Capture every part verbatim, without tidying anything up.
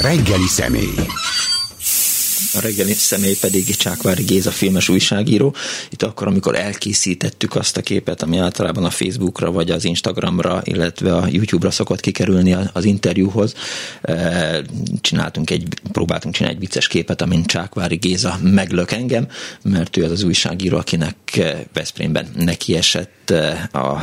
reggeli személy. A reggeli személy pedig Csákvári Géza filmes újságíró. Itt akkor, amikor elkészítettük azt a képet, ami általában a Facebookra, vagy az Instagramra, illetve a YouTube-ra szokott kikerülni az interjúhoz, csináltunk egy, próbáltunk csinálni egy vicces képet, amin Csákvári Géza meglök engem, mert ő az az újságíró, akinek Veszprémben nekiesett a,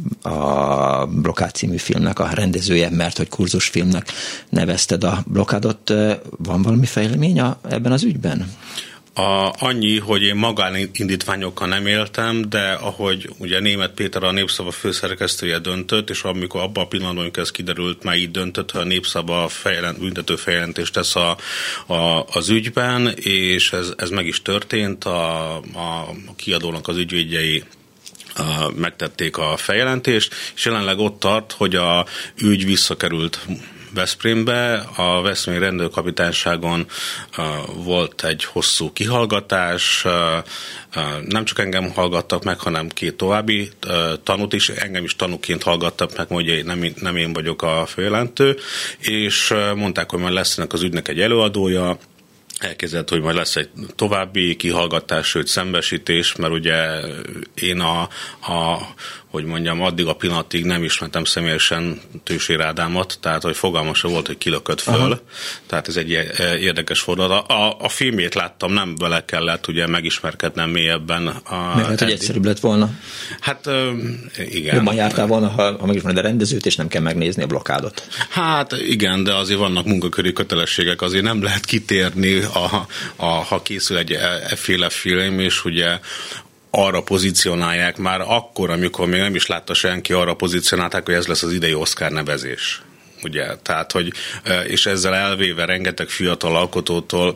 a Blokkád című filmnek a rendezője, mert hogy kurzusfilmnek nevezted a Blokkádot. Van valami fejlemény a, ebben az ügyben? A, annyi, hogy én magánindítványokkal nem éltem, de ahogy ugye Németh Péter a Népszava főszerkesztője döntött, és amikor abban a pillanatban, amikor ez kiderült, már így döntött, hogy a Népszava fejlent, büntető feljelentést tesz a, a, az ügyben, és ez, ez meg is történt, a, a kiadónak az ügyvédjei megtették a feljelentést, és jelenleg ott tart, hogy a ügy visszakerült Veszprémbe. A veszprémi rendőrkapitányságon uh, volt egy hosszú kihallgatás, uh, uh, nem csak engem hallgattak meg, hanem két további uh, tanút is, engem is tanúként hallgattak meg, hogy nem, nem én vagyok a főjelentő, és uh, mondták, hogy majd lesz ennek az ügynek egy előadója, elkezdett, hogy majd lesz egy további kihallgatás, sőt szembesítés, mert ugye én a, a hogy mondjam, addig a pillanatig nem ismertem személyesen Tősér Ádámot, tehát hogy fogalmam sem volt, hogy kilökött föl. Aha. Tehát ez egy érdekes fordulat. A, a filmét láttam, nem vele kellett ugye megismerkednem mélyebben. A, Mert hát, hogy egyszerűbb lett volna. Hát igen. Jobban jártál volna, ha, ha megismered a rendezőt, és nem kell megnézni a Blokkádot. Hát igen, de azért vannak munkaköri kötelességek, azért nem lehet kitérni, a, a, ha készül egy efféle film, és ugye arra pozícionálják már akkor, amikor még nem is látta senki, arra pozícionálták, hogy ez lesz az idei Oscar nevezés. Ugye? Tehát, hogy, és ezzel elvéve rengeteg fiatal alkotótól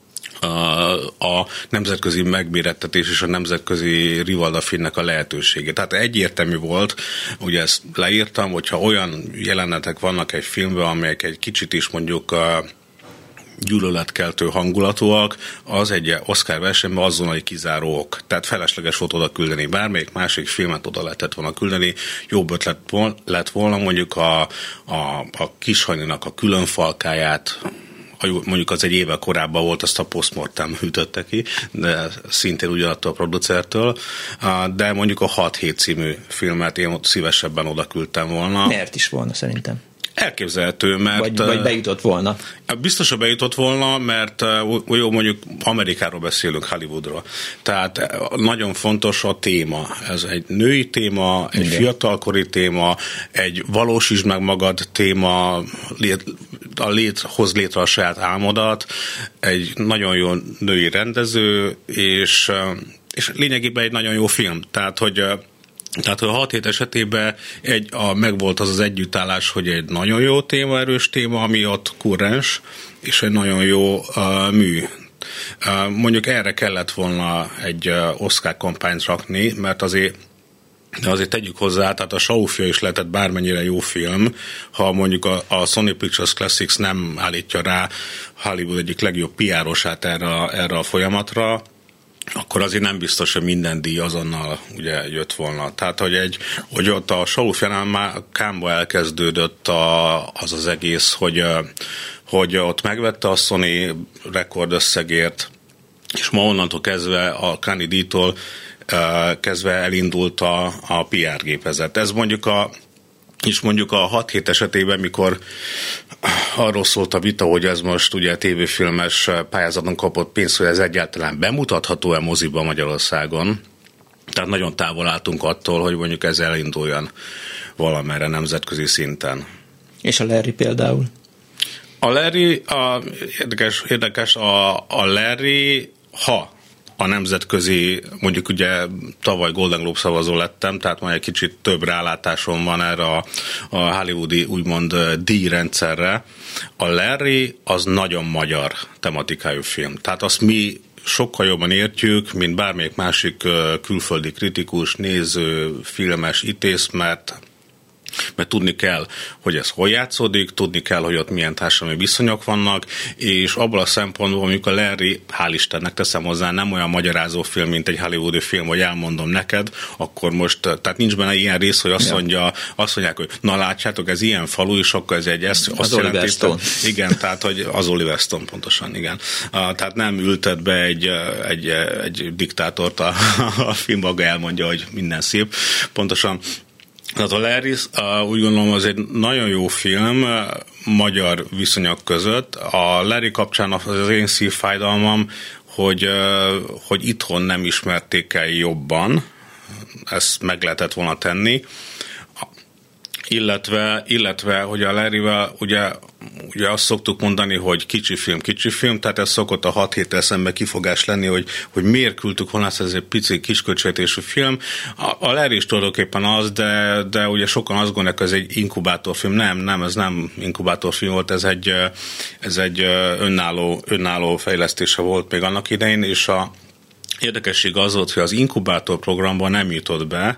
a nemzetközi megmérettetés és a nemzetközi Rivalda filmnek a lehetősége. Tehát egyértelmű volt, ugye ezt leírtam, hogyha olyan jelenetek vannak egy filmben, amelyek egy kicsit is mondjuk gyűlöletkeltő hangulatúak, az egy Oscar versenyben azonnali kizáró ok. Tehát felesleges volt oda küldeni. Bármelyik másik filmet oda lehetett volna küldeni, jobb ötlet lett volna mondjuk a, a, a Kishanyinak a különfalkáját, mondjuk az egy évvel korábban volt, azt a Postmortem ütötte ki, de szintén ugyanattól a producertől, de mondjuk a hat hét című filmet én ott szívesebben oda küldtem volna. Miért is volna szerintem? Elképzelhető, mert... Vagy, vagy bejutott volna. Biztos, hogy bejutott volna, mert jó, mondjuk Amerikáról beszélünk, Hollywoodról. Tehát nagyon fontos a téma. Ez egy női téma, egy igen. fiatalkori téma, egy valósítsd meg magad téma, a lét, hoz létre a saját álmodat, egy nagyon jó női rendező, és, és lényegében egy nagyon jó film. Tehát, hogy Tehát a hat hét esetében egy, a, megvolt az az együttállás, hogy egy nagyon jó téma, erős téma, ami ott kurrens, és egy nagyon jó uh, mű. Uh, mondjuk erre kellett volna egy uh, Oscar kampányt rakni, mert azért de azért tegyük hozzá, tehát a Saufja is lehetett bármennyire jó film, ha mondjuk a, a Sony Pictures Classics nem állítja rá Hollywood egyik legjobb pé er-osát erre, erre a folyamatra, akkor azért nem biztos, hogy minden díj azonnal ugye jött volna. Tehát, hogy, egy, hogy ott a Saufjánál már Cannes-ba elkezdődött a, az az egész, hogy, hogy ott megvette a Sony rekordösszegért, és ma onnantól kezdve a Cannes díjtól kezdve elindult a, a pé er gépezet. Ez mondjuk a és mondjuk a hat hét esetében, mikor arról szólt a vita, hogy ez most ugye tévéfilmes pályázaton kapott pénzt, hogy ez egyáltalán bemutatható-e moziba Magyarországon. Tehát nagyon távol álltunk attól, hogy mondjuk ez elinduljon valamerre nemzetközi szinten. És a Larry például? A Larry, a, érdekes, érdekes a, a Larry, ha a nemzetközi, mondjuk ugye tavaly Golden Globe szavazó lettem, tehát majd egy kicsit több rálátásom van erre a, a hollywoodi úgymond díjrendszerre. A Larry az nagyon magyar tematikájú film. Tehát azt mi sokkal jobban értjük, mint bármelyik másik külföldi kritikus, néző, filmes ítész, mert mert tudni kell, hogy ez hol játszódik, tudni kell, hogy ott milyen társadalmi viszonyok vannak, és abból a szempontból, amikor Larry, hál' Istennek teszem hozzá, nem olyan magyarázó film, mint egy hollywoodi film, hogy elmondom neked, akkor most, tehát nincs benne ilyen rész, hogy azt, mondja, azt mondják, hogy na látjátok, ez ilyen falu, és akkor ez egy, ezt, azt Oliver Stone. Igen, tehát hogy az Oliver Stone pontosan, igen. Uh, tehát nem ültet be egy, egy, egy diktátort a, a film, maga elmondja, hogy minden szép. Pontosan. Tehát a Larry, uh, úgy gondolom, az egy nagyon jó film uh, magyar viszonyok között. A Larry kapcsán az én szívfájdalmam, hogy, uh, hogy itthon nem ismerték el jobban, ezt meg lehetett volna tenni, illetve, illetve hogy a Larryvel ugye, ugye azt szoktuk mondani, hogy kicsi film, kicsi film, tehát ez szokott a hat hét eszembe kifogás lenni, hogy, hogy miért küldtük volna ezt, ez egy pici kisköltségvetésű film. A, a Larry is tulajdonképpen az, de, de ugye sokan azt gondolják, hogy ez egy inkubátorfilm. Nem, nem, ez nem inkubátorfilm volt, ez egy, ez egy önálló, önálló fejlesztése volt még annak idején, és a érdekesség az volt, hogy az inkubátor programban nem jutott be,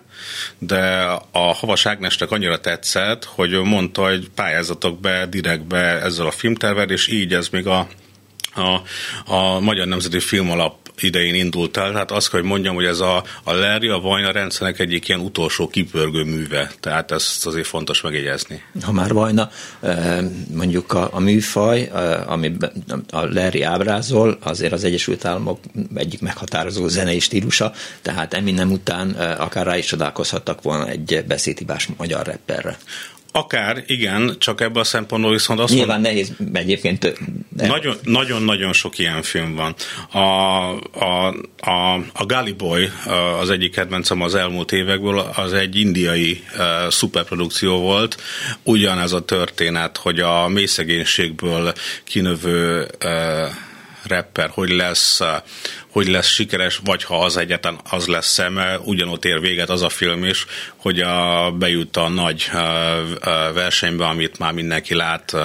de a Havas Ágnesnek annyira tetszett, hogy mondta, hogy pályázatok be direktbe ezzel a filmtervel, és így ez még a, a, a Magyar Nemzeti Filmalap idején indult el, tehát azt kell, hogy mondjam, hogy ez a, a Larry, a Vajna rendszernek egyik ilyen utolsó kipörgő műve, tehát ezt azért fontos megjegyezni. Ha már Vajna, mondjuk a, a műfaj, amiben a Larry ábrázol, azért az Egyesült Államok egyik meghatározó zenei stílusa, tehát Eminem után akár rá is csodálkozhattak volna egy beszédhibás magyar rapperre. Akár, igen, csak ebből a szempontból viszont azt nyilván mond... nehéz egyébként. Nagyon, nagyon-nagyon sok ilyen film van. A, a, a, a Gully Boy, az egyik kedvencem az elmúlt évekből, az egy indiai uh, szuperprodukció volt. Ugyanez a történet, hogy a mélyszegénységből kinövő uh, rapper, hogy lesz, hogy lesz sikeres, vagy ha az egyetlen az lesz szeme, ugyanott ér véget az a film is, hogy a, bejut a nagy a, a versenybe, amit már mindenki lát.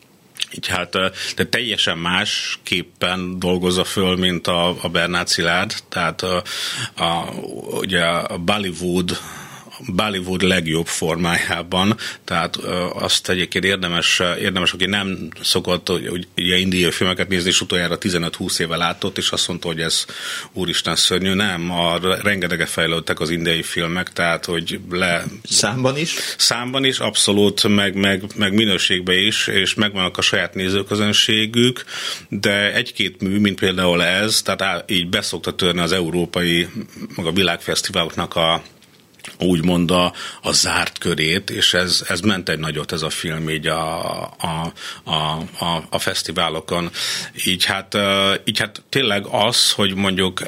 Így hát, de teljesen másképpen dolgozza föl, mint a, a Bernát Szilárd, tehát a, a, ugye a Bollywood Bollywood legjobb formájában, tehát azt egyébként érdemes, érdemes aki nem szokott hogy ugye indiai filmeket nézni, és utoljára tizenöt-húsz éve látott, és azt mondta, hogy ez úristen szörnyű, nem, a rengetege fejlődtek az indiai filmek, tehát hogy le... Számban is? Számban is, abszolút, meg, meg, meg minőségben is, és megvannak a saját nézőközönségük, de egy-két mű, mint például ez, tehát így beszokta törni az európai, meg a világfesztiváloknak a úgymond a, a zárt körét, és ez, ez ment egy nagyot ez a film így a, a, a, a, a fesztiválokon. Így hát, így hát tényleg az, hogy mondjuk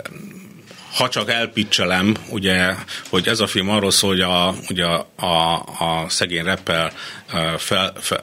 ha csak elpicselem, ugye, hogy ez a film arról szól, hogy a, ugye a, a, a szegény rapper fel, fel,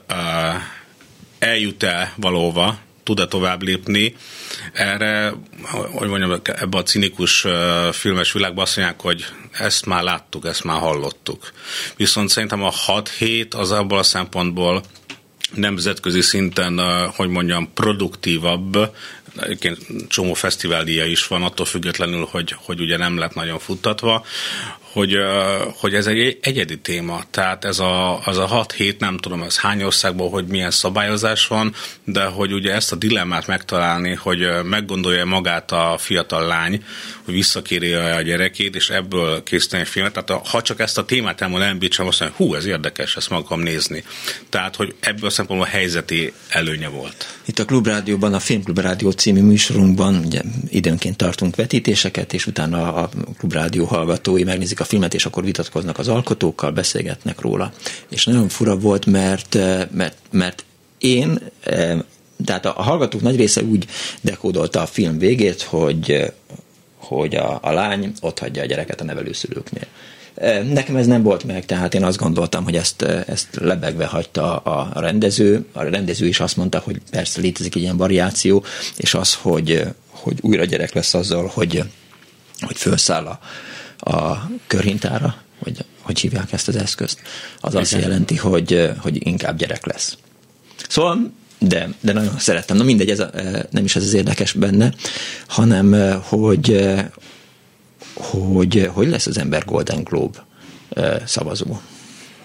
eljut-e valóva, tud-e tovább lépni. Erre, hogy mondjam, ebbe a cinikus filmes világban azt mondják, hogy ezt már láttuk, ezt már hallottuk. Viszont szerintem a hat hét az abból a szempontból nemzetközi szinten, hogy mondjam, produktívabb, egyébként csomó fesztiváldíja is van, attól függetlenül, hogy, hogy ugye nem lett nagyon futtatva, hogy, hogy ez egy egyedi téma. Tehát ez a, az a hat hét, nem tudom, ez hány országban, hogy milyen szabályozás van, de hogy ugye ezt a dilemmát megtalálni, hogy meggondolja magát a fiatal lány, hogy visszakéri a gyerekét, és ebből készíteni a filmet. Tehát ha csak ezt a témát elmondom, említsem, azt mondja, hú, ez érdekes, ezt meg akarom nézni. Tehát, hogy ebből a szempontból a helyzeti előnye volt. Itt a Klubrádióban, a Filmklub Rádió című műsorunkban ugye időnként tartunk vetítéseket, és utána a Klubrádió hallgatói megnézik a filmet, és akkor vitatkoznak az alkotókkal, beszélgetnek róla. És nagyon fura volt, mert, mert, mert én, tehát a hallgatók nagy része úgy dekódolta a film végét, hogy, hogy a, a lány ott hagyja a gyereket a nevelőszülőknél. Nekem ez nem volt meg, tehát én azt gondoltam, hogy ezt, ezt lebegve hagyta a rendező. A rendező is azt mondta, hogy persze létezik egy ilyen variáció, és az, hogy, hogy újra gyerek lesz azzal, hogy, hogy felszáll a, a körhintára, hogy, hogy hívják ezt az eszközt, az azt jelenti, hogy, hogy inkább gyerek lesz. Szóval, de, de nagyon szerettem. Na mindegy, ez a, nem is ez az érdekes benne, hanem, hogy hogy hogy lesz az ember Golden Globe szavazó?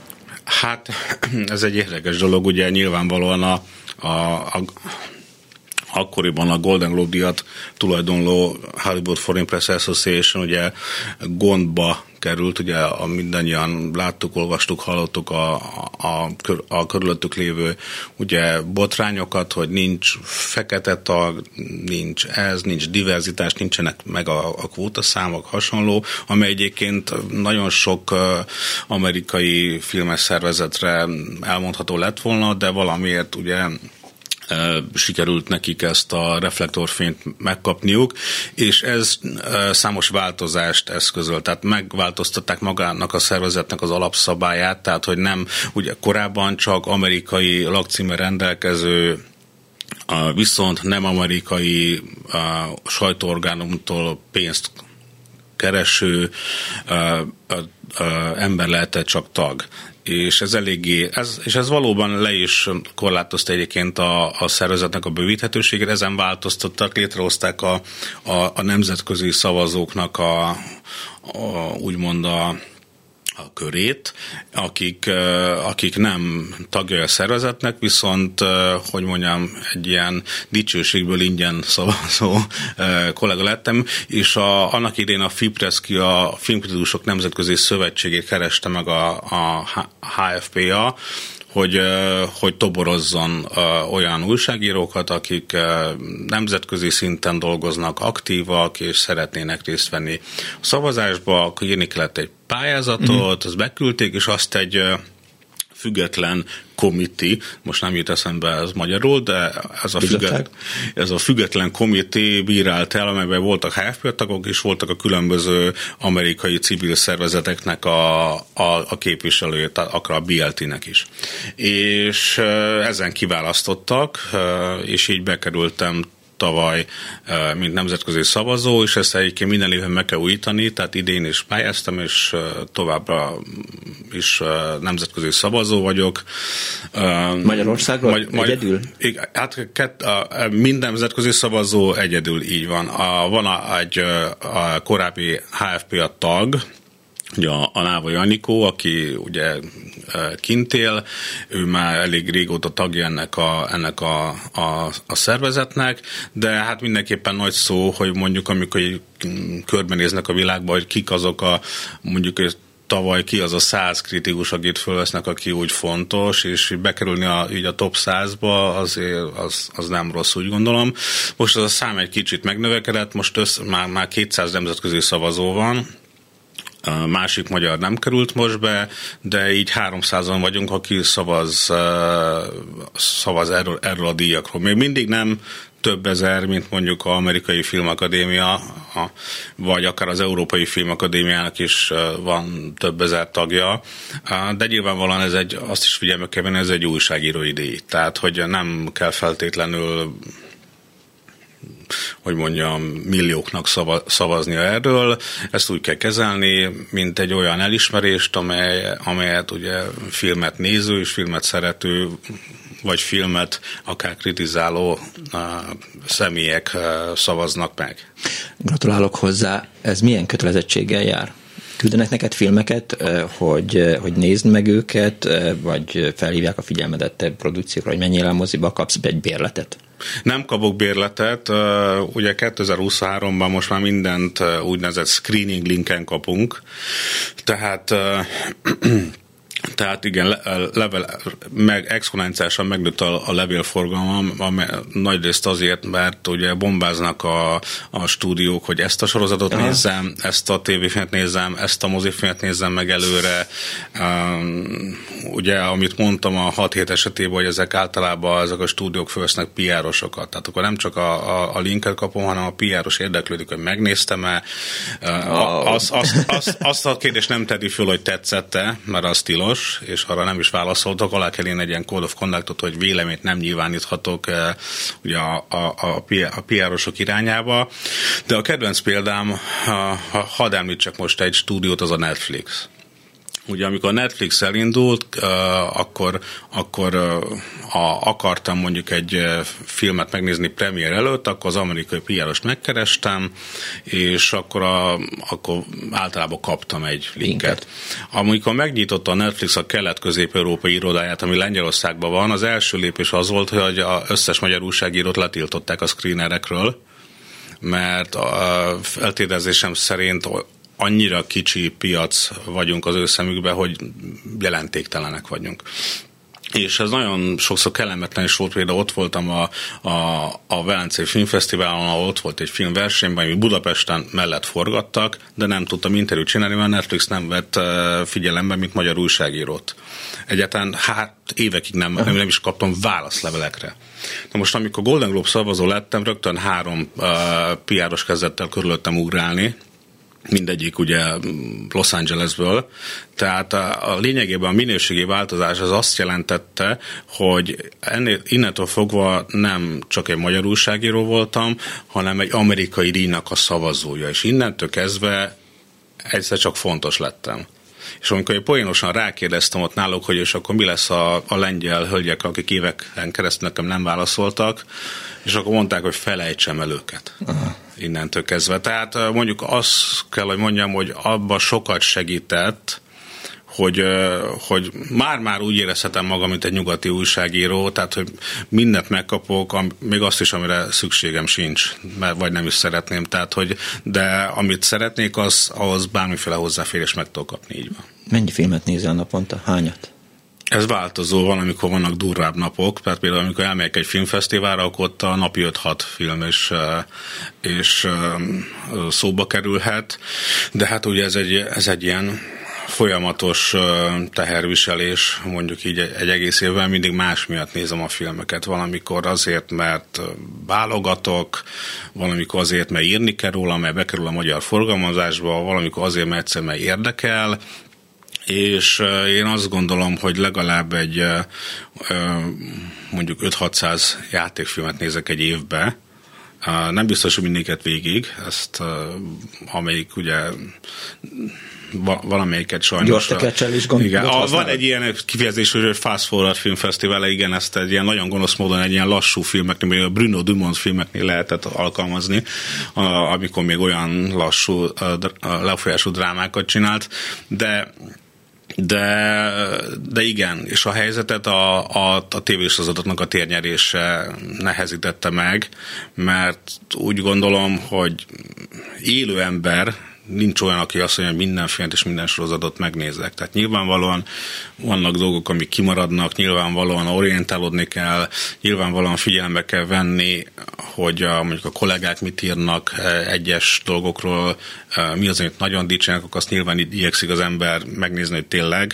Hát ez egy érdekes dolog, ugye nyilvánvalóan a, a, a akkoriban a Golden Globe díjat tulajdonló Hollywood Foreign Press Association ugye gondba került, ugye a mindannyian láttuk, olvastuk, hallottuk a, a, a körülöttük lévő ugye botrányokat, hogy nincs fekete tag, nincs ez, nincs diverzitás, nincsenek meg a, a kvótaszámok hasonló, amely egyébként nagyon sok amerikai filmes szervezetre elmondható lett volna, de valamiért ugye sikerült nekik ezt a reflektorfényt megkapniuk, és ez számos változást eszközöl, tehát megváltoztatták magának a szervezetnek az alapszabályát, tehát hogy nem, ugye korábban csak amerikai lakcímmel rendelkező, viszont nem amerikai sajtóorgánumtól pénzt kereső ember lehetett csak tag. És ez eléggé, ez, és ez valóban le is korlátozta egyébként a, a szervezetnek a bővíthetőségét, ezen változtattak, létrehozták a, a, a nemzetközi szavazóknak a, a úgymond a a körét, akik, akik nem tagjai a szervezetnek, viszont, hogy mondjam, egy ilyen dicsőségből ingyen szavazó kollega lettem, és a, annak idén a FIPRESZKI, a Filmkritikusok Nemzetközi Szövetségét kereste meg a, a há ef pé á, hogy, hogy toborozzon olyan újságírókat, akik nemzetközi szinten dolgoznak, aktívak, és szeretnének részt venni a szavazásba, akkor írni kellett egy pályázatot, azt beküldték, és azt egy független committee, most nem jut eszembe ez magyarul, de ez a, függet, ez a független committee bírált el, amelyben voltak há ef pé tagok, és voltak a különböző amerikai civil szervezeteknek a, a, a képviselője, akár a bé el té-nek is. És ezen kiválasztottak, és így bekerültem tavaly, mint nemzetközi szavazó, és ezt egyébként minden évben meg kell újítani, tehát idén is pályáztam, és továbbra is nemzetközi szavazó vagyok. Magyarországról Magy- egyedül? Hát minden nemzetközi szavazó egyedül, így van. A, van a, egy a korábbi há ef pé á tag, ugye a, a Návai Anikó, aki ugye kint él, ő már elég régóta tagja ennek a, ennek a, a, a szervezetnek, de hát mindenképpen nagy szó, hogy mondjuk amikor körbenéznek a világban, hogy kik azok a mondjuk tavaly ki az a száz kritikus, akit fölvesznek, aki úgy fontos, és bekerülni a, így a top százba, azért az, az nem rossz, úgy gondolom. Most az a szám egy kicsit megnövekedett, most össz, már, már kétszáz nemzetközi szavazó van, a másik magyar nem került most be, de így háromszázan vagyunk, aki szavaz, szavaz erről, erről a díjakról. Még mindig nem több ezer, mint mondjuk az Amerikai Filmakadémia, vagy akár az Európai Filmakadémiának is van több ezer tagja, de nyilvánvalóan ez egy, azt is figyelme kell venni, ez egy újságírói díj. Tehát, hogy nem kell feltétlenül, hogy mondjam, millióknak szava, szavaznia erről. Ezt úgy kell kezelni, mint egy olyan elismerést, amely, amelyet ugye filmet néző és filmet szerető, vagy filmet akár kritizáló uh, személyek uh, szavaznak meg. Gratulálok hozzá. Ez milyen kötelezettséggel jár? Küldenek neked filmeket, hogy, hogy nézd meg őket, vagy felhívják a figyelmedet te produkciókra, hogy menjél el moziba, kapsz egy bérletet? Nem kapok bérletet, ugye kétezer-huszonháromban most már mindent úgynevezett screening linken kapunk, tehát Tehát igen, level, meg exponenciálisan megnőtt a, a levélforgalmam, nagyrészt azért, mert ugye bombáznak a, a stúdiók, hogy ezt a sorozatot Aha. nézzem, ezt a tévéfilmet nézzem, ezt a mozifilmet nézzem meg előre. Um, ugye, amit mondtam a hat hét esetében, hogy ezek általában ezek a stúdiók fölvesznek pé er-osokat. Tehát akkor nem csak a, a, a linket kapom, hanem a pé er-os érdeklődik, hogy megnéztem-e. Uh, azt, azt, azt, azt a kérdést nem tedi föl, hogy tetszette, mert az tilos, és arra nem is válaszoltok, alá kell én egy ilyen code of conductot, hogy véleményt nem nyilváníthatok ugye a, a, a, a pé er-osok irányába. De a kedvenc példám, ha, hadd említsek most egy stúdiót, az a Netflix. Ugye amikor Netflix elindult, uh, akkor, akkor uh, a, akartam mondjuk egy uh, filmet megnézni premier előtt, akkor az amerikai pé er-ost megkerestem, és akkor, a, akkor általában kaptam egy linket. Amikor megnyitotta a Netflix a kelet-közép-európai irodáját, ami Lengyelországban van, az első lépés az volt, hogy az összes magyar újságírót letiltották a screenerekről, mert a feltételezésem szerint annyira kicsi piac vagyunk az ő szemükben, hogy jelentéktelenek vagyunk. És ez nagyon sokszor kellemetlen is volt, például ott voltam a, a, a Velencei Filmfesztiválon, ahol ott volt egy filmversenyben, ami Budapesten mellett forgattak, de nem tudtam interjút csinálni, mert Netflix nem vett figyelembe, mint magyar újságírót. Egyáltalán hát évekig nem, nem, nem is kaptam válaszlevelekre. Na most, amikor Golden Globe szavazó lettem, rögtön három uh, pé er-os kezdett el körülöttem ugrálni, mindegyik ugye Los Angelesből, tehát a, a lényegében a minőségi változás az azt jelentette, hogy ennél, innentől fogva nem csak egy magyar újságíró voltam, hanem egy amerikai díjnak a szavazója, és innentől kezdve egyszer csak fontos lettem. És amikor én poénosan rákérdeztem ott náluk, hogy és akkor mi lesz a, a lengyel hölgyek, akik éveken keresztül nekem nem válaszoltak, és akkor mondták, hogy felejtsem el őket. Aha. Innentől kezdve. Tehát mondjuk azt kell, hogy mondjam, hogy abban sokat segített, hogy, hogy már-már úgy érezhetem magam, mint egy nyugati újságíró, tehát, hogy mindent megkapok, még azt is, amire szükségem sincs, vagy nem is szeretném. Tehát, hogy, de amit szeretnék, az, ahhoz bármiféle hozzáférés meg tudok kapni, így van. Mennyi filmet nézel naponta? Hányat? Ez változó, van, amikor vannak durvább napok, tehát például amikor elmegyek egy filmfesztiválra, akkor ott a napi öt-hat film is, és szóba kerülhet, de hát ugye ez egy, ez egy ilyen folyamatos teherviselés, mondjuk így egy egész évben mindig más miatt nézem a filmeket. Valamikor azért, mert válogatok, valamikor azért, mert írni kell róla, mert bekerül a magyar forgalmazásba, valamikor azért, mert egyszer mert érdekel, és én azt gondolom, hogy legalább egy mondjuk öt-hatszáz játékfilmet nézek egy évbe. Nem biztos, hogy mindéket végig, ezt amelyik ugye valamelyiket sajnos. Gyors tekercsel is gond, igen, a, van egy ilyen kifejezés, hogy Fast Forward filmfesztivál, igen, ezt egy ilyen nagyon gonosz módon egy ilyen lassú filmeknél, a Bruno Dumont filmeknél lehetett alkalmazni, amikor még olyan lassú, lefolyású drámákat csinált, de De, de igen, és a helyzetet a, a, a tévésorozatoknak a térnyerése nehezítette meg, mert úgy gondolom, hogy élő ember, nincs olyan, aki azt mondja, hogy minden filmet és minden sorozatot megnézek. Tehát nyilvánvalóan vannak dolgok, amik kimaradnak, nyilvánvalóan orientálódni kell, nyilvánvalóan figyelembe kell venni, hogy a, mondjuk a kollégák mit írnak egyes dolgokról, mi az, amit nagyon dicsérnek, akkor azt nyilván igyekszik az ember megnézni, hogy tényleg.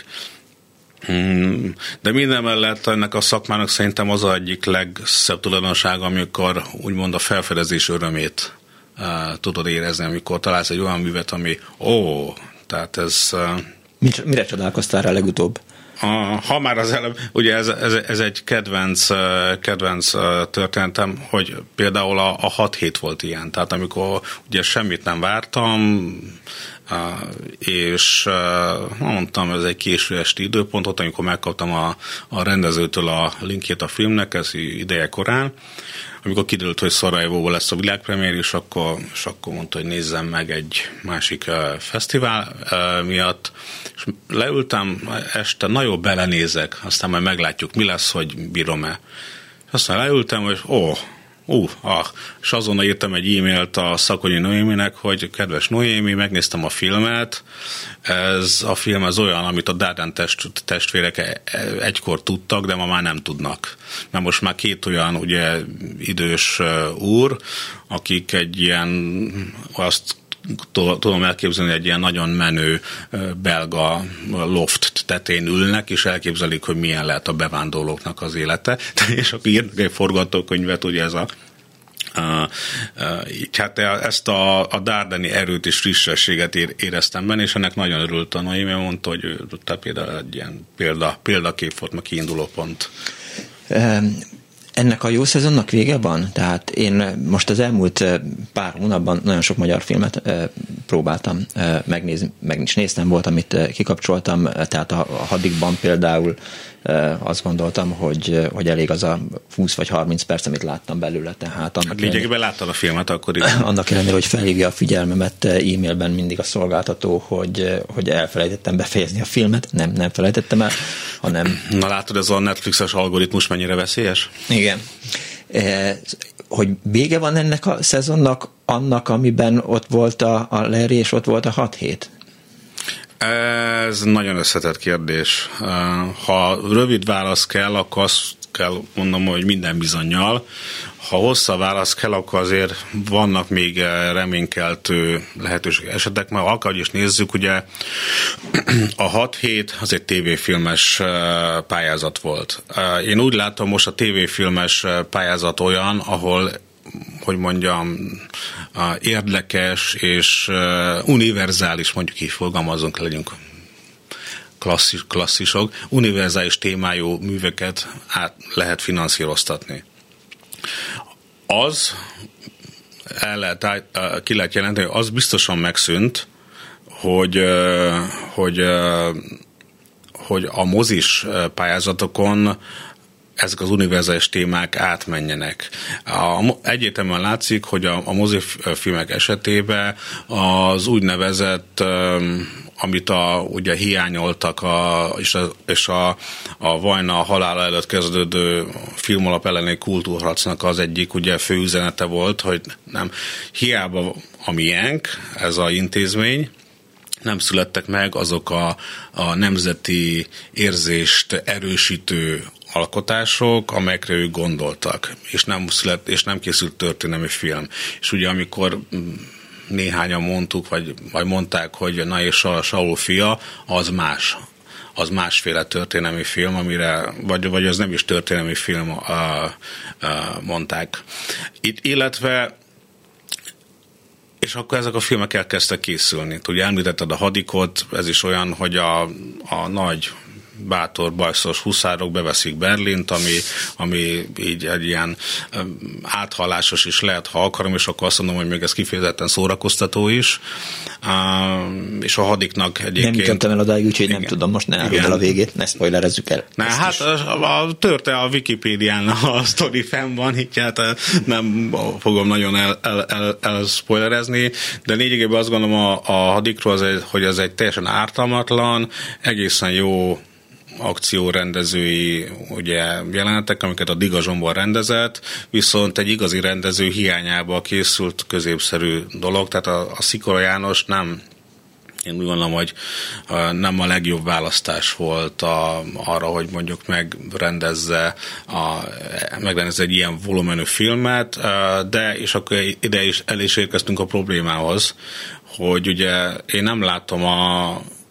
De minden mellett ennek a szakmának szerintem az egyik legszebb tulajdonsága, amikor úgymond a felfedezés örömét Uh, tudod érezni, amikor találsz egy olyan művet, ami ó, tehát ez... Uh, Mire csodálkoztál rá legutóbb? Uh, ha már az előbb, ugye ez, ez, ez egy kedvenc, uh, kedvenc uh, történetem, hogy például a, a hat hét volt ilyen, tehát amikor ugye semmit nem vártam, uh, és uh, mondtam, ez egy késő esti időpontot, amikor megkaptam a, a rendezőtől a linkjét a filmnek, ez ideje korán, amikor kiderült, hogy Szarajevóban lesz a világpremiér, és akkor, és akkor mondta, hogy nézzem meg egy másik uh, fesztivál uh, miatt, és leültem este, nagyon belenézek, aztán majd meglátjuk, mi lesz, hogy bírom-e. És aztán leültem, hogy ó, ú, ah, és azonnal írtam egy e-mailt a Szakonyi Noéminek, hogy kedves Noémi, megnéztem a filmet, ez a film az olyan, amit a Darden test, testvérek egykor tudtak, de ma már nem tudnak. Mert most már két olyan ugye idős úr, akik egy ilyen, azt tudom elképzelni, egy ilyen nagyon menő belga loft tetején ülnek, és elképzelik, hogy milyen lehet a bevándorlóknak az élete. És akkor írnak egy forgatókönyvet, ugye ez a Uh, uh, így hát ezt a, a dardeni erőt és frissességet éreztem benne, és ennek nagyon örült a Noémi, mondta, hogy ő például egy ilyen példa, példakép volt, meg kiinduló pont. Um. Ennek a jó szezonnak vége van? Tehát én most az elmúlt pár hónapban nagyon sok magyar filmet próbáltam megnézni, meg is néztem, volt, amit kikapcsoltam, tehát a Hadikban például azt gondoltam, hogy, hogy elég az a húsz vagy harminc perc, amit láttam belőle. Tehát hát lényegében láttad a filmet akkor is. Annak ellenére, hogy felhívja a figyelmemet e-mailben mindig a szolgáltató, hogy, hogy elfelejtettem befejezni a filmet. Nem, nem felejtettem el, hanem... Na látod, ez a Netflixes algoritmus mennyire veszélyes? Igen. E, hogy vége van ennek a szezonnak, annak, amiben ott volt a, a Larry, és ott volt a hat hét? Ez nagyon összetett kérdés. Ha rövid válasz kell, akkor azt kell mondom, hogy minden bizonnyal. Ha hosszabb válasz kell, akkor azért vannak még reménykeltő lehetőség esetek, mert akár is nézzük, ugye a hat hét az egy tévéfilmes pályázat volt. Én úgy látom, most a tévéfilmes pályázat olyan, ahol hogy mondjam, érdekes és univerzális, mondjuk így fogalmazunk, legyünk klasszis, klasszisok, univerzális témájú műveket át lehet finanszíroztatni. Az el lehet, ki lehet jelenteni, az biztosan megszűnt, hogy, hogy, hogy a mozis pályázatokon ezek az univerzális témák átmenjenek. A, egyértelműen látszik, hogy a, a mozifilmek esetében az úgynevezett, amit a, ugye hiányoltak, a, és, a, és a, a Vajna halála előtt kezdődő filmalap elleni kultúrharcnak az egyik ugye fő üzenete volt, hogy nem, hiába a miénk, ez az intézmény, nem születtek meg azok a, a nemzeti érzést erősítő alkotások, amelyekre ők gondoltak, és nem, szület, és nem készült történelmi film. És ugye amikor néhányan mondtuk, vagy, vagy mondták, hogy na és a Saul fia, az más. Az másféle történelmi film, amire, vagy, vagy az nem is történelmi film, uh, uh, mondták. Itt, illetve és akkor ezek a filmek elkezdtek készülni. Ugye említetted a Hadikot, ez is olyan, hogy a, a nagy bátor, bajszos huszárok beveszik Berlint, ami, ami így egy ilyen áthallásos is lehet, ha akarom, és akkor azt mondom, hogy még ez kifejezetten szórakoztató is. Uh, és a Hadiknak egyébként... Nem jutottam el odáig, úgyhogy nem tudom, most ne áruld el a végét, ne spoilerezzük el. Ne, hát a, a törte a Wikipédián a sztori fenn van, így hát nem fogom nagyon el, el, el, el spoilerezni, de lényegében azt gondolom a, a Hadikról, az egy, hogy ez egy teljesen ártalmatlan, egészen jó akciórendezői ugye, jelenetek, amiket a Diga Zsombor rendezett, viszont egy igazi rendező hiányába készült középszerű dolog, tehát a, a Szikora János nem, én úgy gondolom, hogy nem a legjobb választás volt a, arra, hogy mondjuk megrendezze, a, megrendezze egy ilyen volumenű filmet, de és akkor ide is el is érkeztünk a problémához, hogy ugye én nem látom a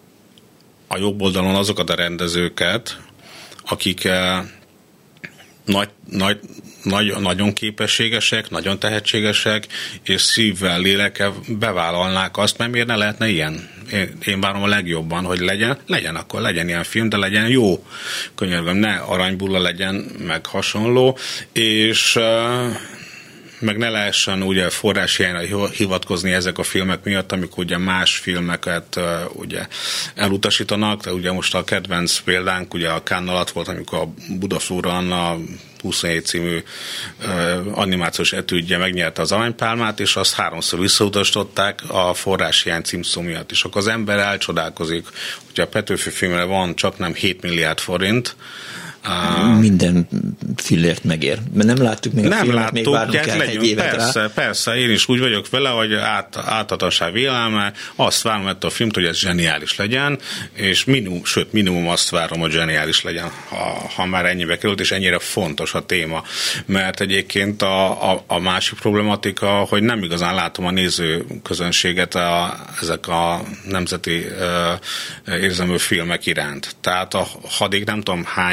a jobb oldalon azokat a rendezőket, akik eh, nagy, nagy, nagy, nagyon képességesek, nagyon tehetségesek, és szívvel, lélekkel bevállalnák azt, mert miért ne lehetne ilyen? Én, én várom a legjobban, hogy legyen, legyen akkor, legyen ilyen film, de legyen jó. Könyörgöm, ne aranybulla legyen, meg hasonló, és eh, meg ne lehessen ugye forráshiányra hivatkozni ezek a filmek miatt, amik ugye más filmeket uh, ugye elutasítanak, de ugye most a kedvenc példánk ugye a Cannes alatt volt, amikor a Budaflóra Anna huszonhét című uh, animációs etüdje megnyerte az aranypálmát, és azt háromszor visszautasították a forráshiány címszó miatt. És akkor az ember elcsodálkozik, hogy a Petőfi filmre van csak nem hét milliárd forint, Uh, minden fillért megér. Mert nem láttuk még nem a filmet, láttuk, még várnunk kell legyünk, egy évet persze, rá. Persze, én is úgy vagyok vele, hogy át, átadasság vélelme, azt várom ettől a filmt, hogy ez zseniális legyen, és minimum, sőt, minimum azt várom, hogy zseniális legyen, ha, ha már ennyibe került, és ennyire fontos a téma. Mert egyébként a, a, a másik problematika, hogy nem igazán látom a néző közönséget a, ezek a nemzeti uh, érzelmű filmek iránt. Tehát a Hadik nem tudom hány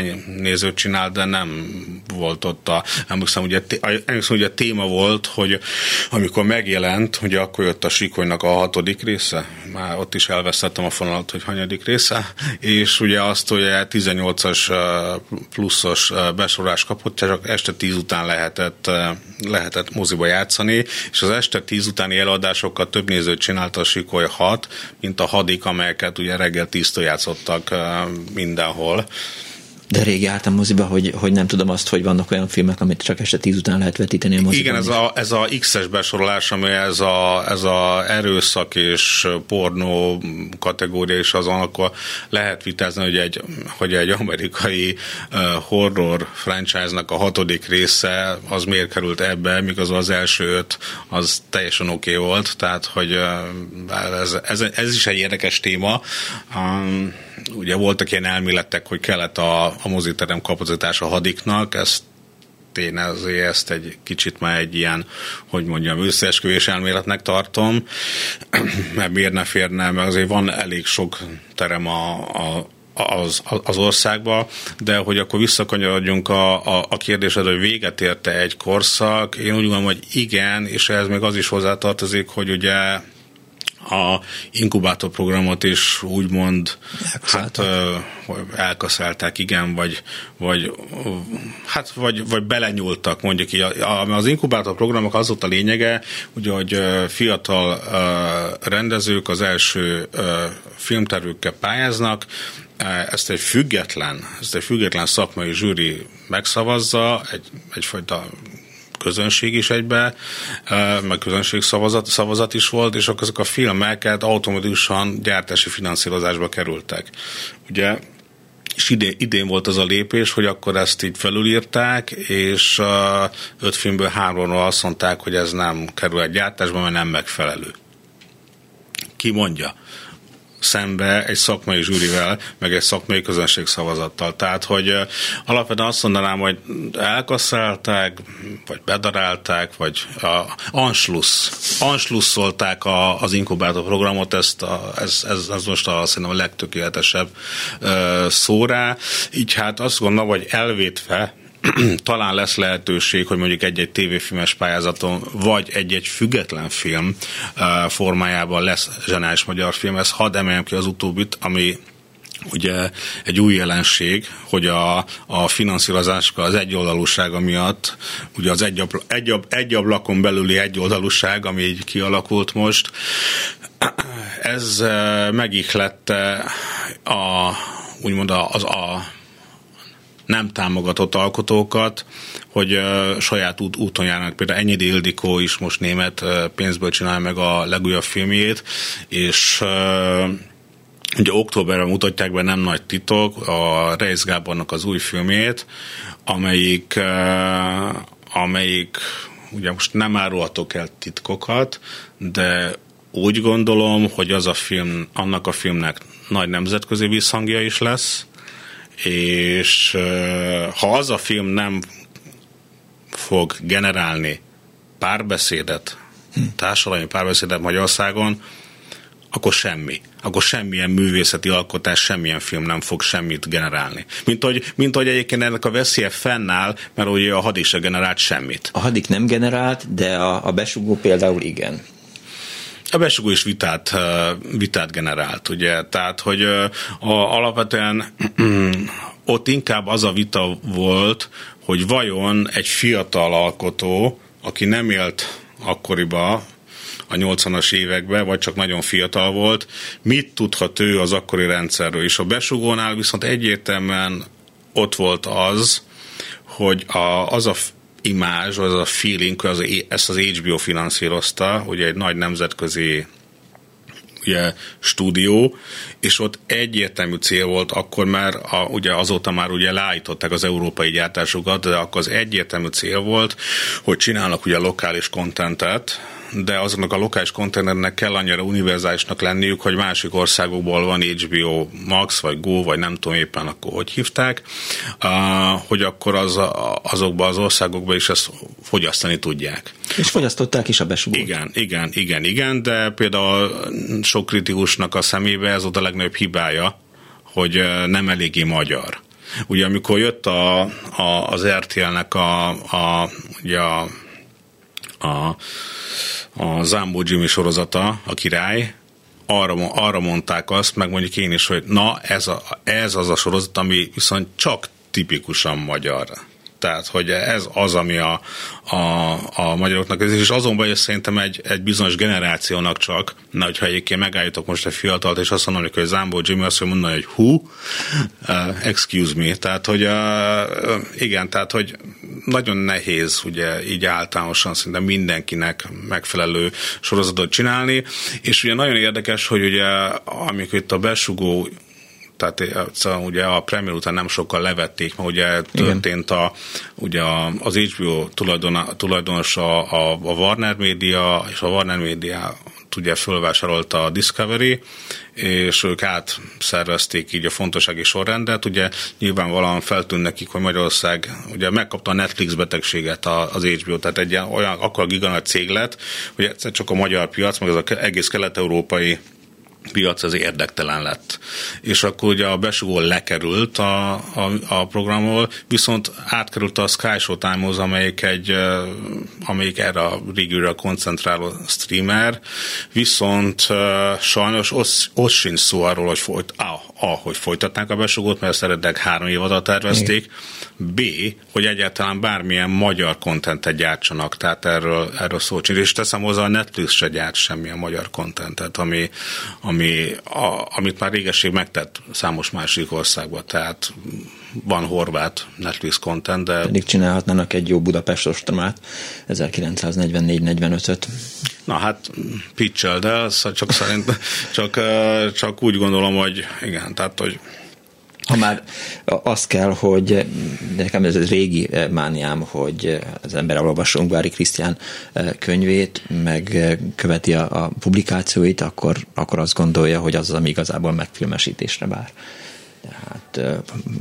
nézőt csinál, de nem volt ott a, emlékszem, ugye, emlékszem, ugye a téma volt, hogy amikor megjelent, ugye akkor jött a Sikonynak a hatodik része, már ott is elvesztettem a fonalat, hogy hanyadik része, és ugye azt, hogy tizennyolcas pluszos besorolás kapott, csak este tíz után lehetett, lehetett moziba játszani, és az este tíz utáni előadásokkal több nézőt csinálta a Sikoly hat, mint a hadik, amelyeket ugye reggel tíztől játszottak mindenhol. De rég jártam moziba, hogy, hogy nem tudom azt, hogy vannak olyan filmek, amit csak este tíz után lehet vetíteni a moziban. Igen, ez a, ez a X-es besorolás, ami ez a, ez a erőszak és pornó kategória is azon, akkor lehet vitázni, hogy egy, hogy egy amerikai uh, horror franchise-nak a hatodik része az miért került ebbe, miközben az első öt az teljesen oké okay volt, tehát hogy uh, ez, ez, ez is egy érdekes téma. Um, Ugye voltak ilyen elméletek, hogy kellett a, a moziterem kapacitása a hadiknak, ezt én azért ezt egy kicsit már egy ilyen, hogy mondjam, összeesküvés elméletnek tartom, mert miért ne férne, mert azért van elég sok terem a, a Az, az országba, de hogy akkor visszakanyarodjunk a, a, a kérdésed, hogy véget érte egy korszak, én úgy gondolom, hogy igen, és ehhez még az is hozzátartozik, hogy ugye a inkubátorprogramot is úgymond hát, elkaszálták, igen, vagy, vagy, hát, vagy, vagy belenyúltak, mondjuk így. Az inkubátorprogramok az volt a lényege, ugye, hogy fiatal rendezők az első filmtervükkel pályáznak, ezt egy független, ezt egy független szakmai zsűri megszavazza, egy, egyfajta közönség is egybe, meg közönség szavazat, szavazat is volt, és akkor ezek a filmeket automatikusan gyártási finanszírozásba kerültek. Ugye, és idén, idén volt az a lépés, hogy akkor ezt így felülírták, és öt filmből háromról azt mondták, hogy ez nem kerül egy gyártásba, mert nem megfelelő. Ki mondja? Szembe egy szakmai zsűrivel, meg egy szakmai közönség szavazattal. Tehát, hogy uh, alapvetően azt mondanám, hogy elkasszálták, vagy bedarálták, vagy uh, Anschluss. Anschlusszolták a, az inkubátor programot, ezt a, ez, ez, ez most a, szerintem a legtökéletesebb uh, szó rá. Így hát azt gondolom, hogy elvétve talán lesz lehetőség, hogy mondjuk egy-egy tévéfilmes pályázaton, vagy egy-egy független film uh, formájában lesz zseniális magyar film. Ezt hadd emeljem ki az utóbbit, ami ugye egy új jelenség, hogy a, a finanszírozásnak az egyoldalúsága miatt, ugye az egy, abla, egy, ab, egy ablakon belüli egyoldalúság, ami így kialakult most, ez uh, megihlette a, úgymond az a nem támogatott alkotókat, hogy uh, saját út, úton járnak. Például Enyedi Ildikó is most német uh, pénzből csinál meg a legújabb filmjét, és uh, ugye októberben mutatják be, nem nagy titok, a Reisz Gábornak az új filmjét, amelyik, uh, amelyik ugye most nem árulhatok el titkokat, de úgy gondolom, hogy az a film, annak a filmnek nagy nemzetközi visszhangja is lesz, és ha az a film nem fog generálni párbeszédet, társadalmi párbeszédet Magyarországon, akkor semmi. Akkor semmilyen művészeti alkotás, semmilyen film nem fog semmit generálni. Mint hogy, mint hogy egyébként ennek a veszélye fennáll, mert ugye a hadik se generált semmit. A hadik nem generált, de a, a besugó például igen. A besugó is vitát, vitát generált, ugye, tehát, hogy a, alapvetően ott inkább az a vita volt, hogy vajon egy fiatal alkotó, aki nem élt akkoriban, a nyolcvanas években, vagy csak nagyon fiatal volt, mit tudhat ő az akkori rendszerről. És a besugónál viszont egyértelműen ott volt az, hogy a, az a imázs, az a feeling, hogy az, ezt az há bé o finanszírozta, ugye egy nagy nemzetközi ugye, stúdió, és ott egyértelmű cél volt, akkor már, a, ugye azóta már ugye leállították az európai gyártásukat, de akkor az egyértelmű cél volt, hogy csinálnak ugye lokális kontentet, de azoknak a lokális kontenternek kell annyira univerzálisnak lenniük, hogy másik országokból van há bé o Max, vagy Go, vagy nem tudom éppen akkor hogy hívták, hogy akkor az, azokban az országokban is ezt fogyasztani tudják. És fogyasztották is a besugót. Igen, igen, igen, igen, de például sok kritikusnak a szemébe ez volt a legnagyobb hibája, hogy nem eléggé magyar. ugye amikor jött a, a, az er té el-nek a, a, ugye a, a, a Zambó Jimmy sorozata, a Király, arra, arra mondták azt, meg mondjuk én is, hogy na, ez, a, ez az a sorozat, ami viszont csak tipikusan magyar. Tehát, hogy ez az, ami a, a, a magyaroknak ez, és azon belül szerintem egy, egy bizonyos generációnak csak, na, hogyha egyébként megállítok most egy fiatalt, és azt mondom, hogy Zambó Jimmy azt mondja, hogy who? Uh, excuse me. Tehát, hogy uh, igen, tehát, hogy nagyon nehéz, ugye, így általánosan szerintem mindenkinek megfelelő sorozatot csinálni, és ugye nagyon érdekes, hogy ugye, amikor itt a besugó, tehát ugye a premier után nem sokkal levették, mert ugye történt a, ugye az há bé o tulajdonos a, a, a Warner Media, és a Warner Media ugye fölvásárolta a Discovery, és ők átszervezték így a fontossági sorrendet. Ugye nyilvánvalóan feltűnt nekik, hogy Magyarország ugye megkapta a Netflix betegséget az há bé o, tehát egy olyan akkor giganágy cég lett, hogy egyszer csak a magyar piac, meg az egész kelet-európai piac az érdektelen lett. És akkor ugye a besugó lekerült a, a, a programról, viszont átkerült a Sky Showtime-hoz, amelyik, egy, amelyik erre a régióra koncentráló streamer, viszont uh, sajnos ott, ott sincs szó arról, hogy, folyt, ah, ah, hogy folytatnák a besugót, mert ezt eredetileg három évadra tervezték, B, hogy egyáltalán bármilyen magyar kontentet gyártsanak, tehát erről, erről szó sincs. És teszem hozzá, a Netflix se gyárt semmilyen magyar kontentet, ami, ami, a, amit már régesség megtett számos másik országban, tehát van horvát Netflix content, de... Pedig csinálhatnának egy jó Budapest ostromát, ezerkilencszáznegyvennégy negyvenötöt. Na hát pitch-el, de csak szerint csak, csak úgy gondolom, hogy igen, tehát, hogy ha már azt kell, hogy nekem ez egy régi mániám, hogy az ember elolvassa Ungvári Krisztián könyvét, meg követi a, a publikációit, akkor, akkor azt gondolja, hogy az az, ami igazából megfilmesítésre vár. Tehát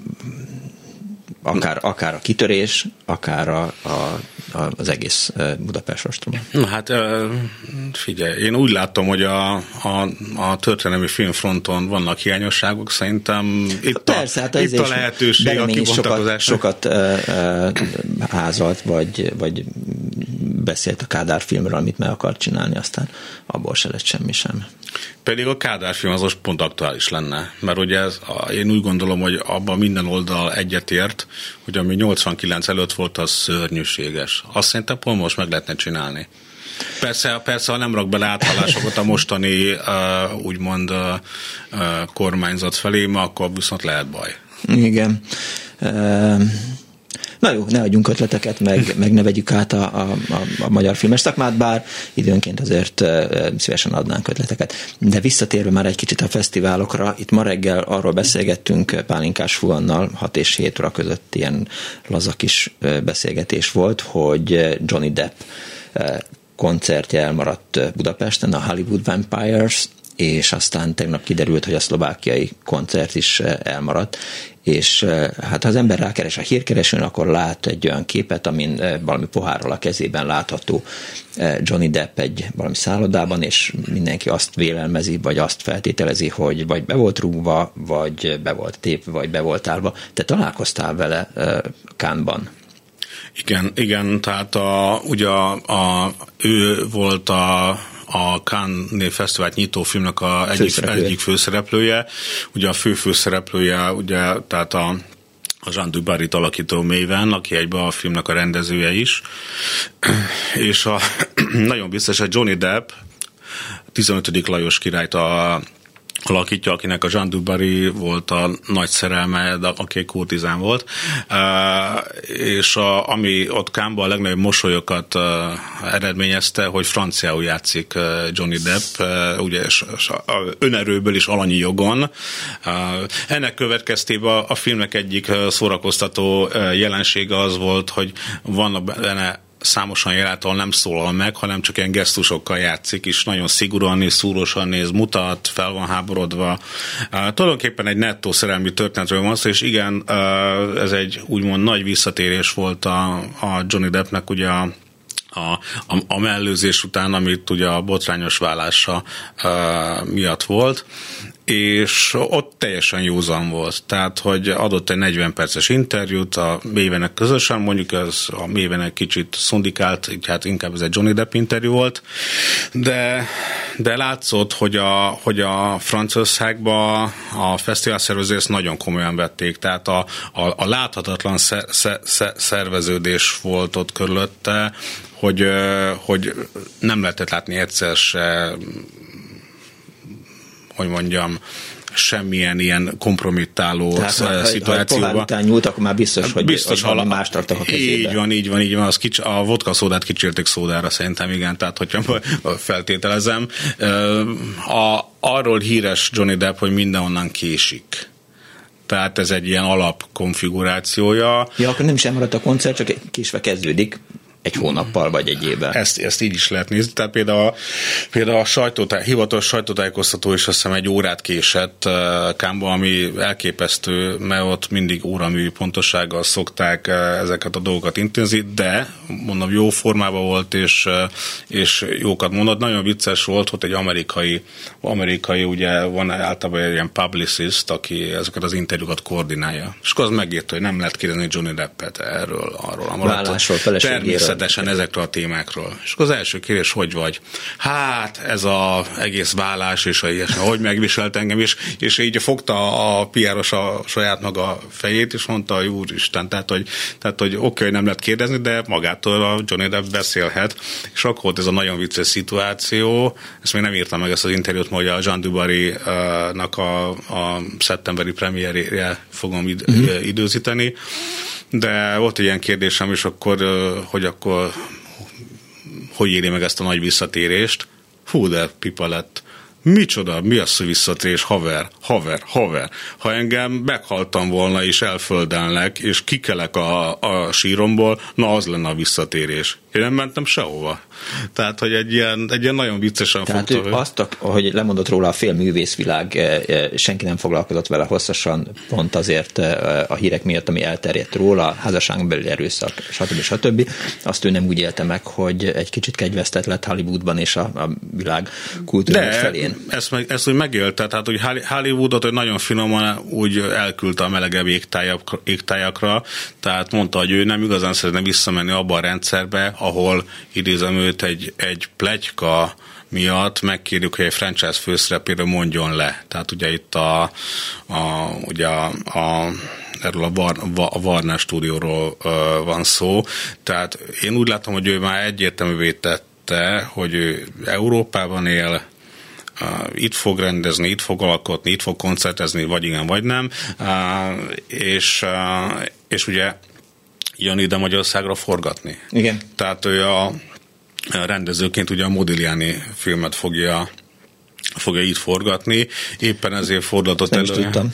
akár, akár a kitörés, akár a, a, az egész Budapest ostroma. Na hát figyelj, én úgy látom, hogy a, a, a történelmi filmfronton vannak hiányosságok, szerintem itt, persze, a, hát itt a lehetőség a kibontakozásra. Sokat, sokat uh, házalt, vagy, vagy beszélt a Kádár filmről, amit meg akar csinálni, aztán abból se lett semmi sem. Pedig a Kádár film az most pont aktuális lenne, mert ugye ez, én úgy gondolom, hogy abban minden oldal egyetért, hogy ami nyolcvankilenc előtt volt, az szörnyűséges. Azt szerintem pont most meg lehetne csinálni. Persze, persze, ha nem rak bele áthallásokat a mostani uh, úgymond uh, uh, kormányzat felé, akkor viszont lehet baj. Igen. Uh... Na jó, ne adjunk ötleteket, meg, meg ne vegyük át a, a, a magyar filmes szakmát, bár időnként azért szívesen adnánk ötleteket. De visszatérve már egy kicsit a fesztiválokra, itt ma reggel arról beszélgettünk Pálinkás Fuannal, hat és hét óra között ilyen laza kis beszélgetés volt, hogy Johnny Depp koncertje elmaradt Budapesten, a Hollywood Vampires, és aztán tegnap kiderült, hogy a szlovákiai koncert is elmaradt, és hát ha az ember rákeres a hírkeresőn, akkor lát egy olyan képet, amin valami pohárral a kezében látható Johnny Depp egy valami szállodában, és mindenki azt vélelmezi, vagy azt feltételezi, hogy vagy be volt rúgva, vagy be volt tépve, vagy be volt állva. Te találkoztál vele Cannes-ban? Igen, igen, tehát a, ugye a, a, ő volt a a Cannes Fesztivált nyitó filmnek a egyik főszereplője. egyik főszereplője. Ugye a fő főszereplője, ugye, tehát a, a Jean du Barryt alakító Maven, aki egyben a filmnek a rendezője is. És a, nagyon biztos, hogy Johnny Depp tizenötödik Lajos királyt a alakítja, akinek a Jean du Barry volt a nagy szerelme, de aki kurtizán volt, uh, és a, ami ott Cannes-ban a legnagyobb mosolyokat uh, eredményezte, hogy franciául játszik uh, Johnny Depp, uh, ugye és, és a, a önerőből is alanyi jogon. Uh, ennek következtében a, a filmnek egyik uh, szórakoztató uh, jelensége az volt, hogy vannak benne számosan jelent, ahol nem szólal meg, hanem csak ilyen gesztusokkal játszik, és nagyon szigorúan néz, szúrósan néz, mutat, fel van háborodva. Uh, tulajdonképpen egy nettó szerelmi történetről van szó, és igen, uh, ez egy úgymond nagy visszatérés volt a, a Johnny Deppnek ugye a A, a, a mellőzés után, amit ugye a botrányos vállása uh, miatt volt, és ott teljesen józan volt. Tehát, hogy adott egy negyven perces interjút a Mavenek közösen, mondjuk ez a Mavenek kicsit szundikált, hát inkább ez egy Johnny Depp interjú volt, de, de látszott, hogy a, hogy a Franciaországban a fesztivál szervezést nagyon komolyan vették, tehát a, a, a láthatatlan szer, szer, szer, szerveződés volt ott körülötte, hogy, hogy nem lehetett látni egyszer se, hogy mondjam, semmilyen ilyen kompromittáló tehát, szituációban. Ha után nyúlt, akkor már biztos, hogy, biztos, hogy valami más tartok a kezébe. Így van, így van, így van. Az kics, a vodka szódát kicsérték szódára szerintem, igen, tehát hogyha feltételezem. A, arról híres Johnny Depp, hogy mindenonnan késik. Tehát ez egy ilyen alapkonfigurációja. Ja, akkor nem is elmaradt a koncert, csak késve kezdődik. Egy hónappal vagy egy évvel. Ezt, ezt így is lehet nézni. Tehát például, például a sajtótáj, hivatalos sajtótájékoztató is azt hiszem egy órát késett Cannesba, ami elképesztő, mert ott mindig óramű pontossággal szokták ezeket a dolgokat intézni, de mondom, jó formában volt, és, és jókat mondott. Nagyon vicces volt, hogy egy amerikai, amerikai ugye van általában egy ilyen publicist, aki ezeket az interjúkat koordinálja. És akkor az megírta, hogy nem lehet kérdezni Johnny Deppet erről, arról. Vállásról, feleségéről. Természetesen ezekről a témákról. És akkor az első kérdés, hogy vagy? Hát ez az egész vállás és a ilyesmi, hogy megviselt engem, és, és így fogta a pé er-os a saját maga fejét, és mondta, hogy úristen, tehát, hogy, tehát, hogy oké, okay, nem lehet kérdezni, de magától a Johnny Depp beszélhet. És akkor volt ez a nagyon vicces szituáció, ezt még nem írtam meg ezt az interjút, hogy a Jean Dubarry-nak a, a szeptemberi premierje fogom id- uh-huh. időzíteni, de volt egy ilyen kérdésem, és akkor, hogy akkor hogy éri meg ezt a nagy visszatérést? Hú, de pipa lett. Micsoda, mi az, hogy visszatérés? Haver, haver, haver. Ha engem meghaltam volna, és elföldelnek, és kikelek a, a síromból, na az lenne a visszatérés. Én nem mentem sehova. Tehát, hogy egy ilyen, egy ilyen nagyon viccesen Tehát fogta. Tehát azt, hogy lemondott róla a fél művészvilág, senki nem foglalkozott vele hosszasan, pont azért a hírek miatt, ami elterjedt róla, házasságon belüli erőszak, stb. stb. Azt ő nem úgy élte meg, hogy egy kicsit kegyvesztett lett Hollywoodban és a, a világ kultúrális felén. Ezt, meg, ezt úgy megélte, tehát hogy Hollywoodot hogy nagyon finoman úgy elküldte a melegebb égtájak, égtájakra, tehát mondta, hogy ő nem igazán szeretne visszamenni abba a rendszerbe, ahol idézem őt egy, egy pletyka miatt megkérjük, hogy egy franchise főszereplőről mondjon le. Tehát ugye itt a, a, ugye a, a erről a, Var, a Warner stúdióról uh, van szó. Tehát én úgy látom, hogy ő már egyértelművé tette, hogy ő Európában él, Uh, itt fog rendezni, itt fog alkotni, itt fog koncertezni, vagy igen, vagy nem. Uh, és, uh, és ugye jön ide Magyarországra forgatni. Igen. Tehát ő a, a rendezőként ugye a Modigliani filmet fogja fogja itt forgatni, éppen ezért fordulatott elő. Tudtam.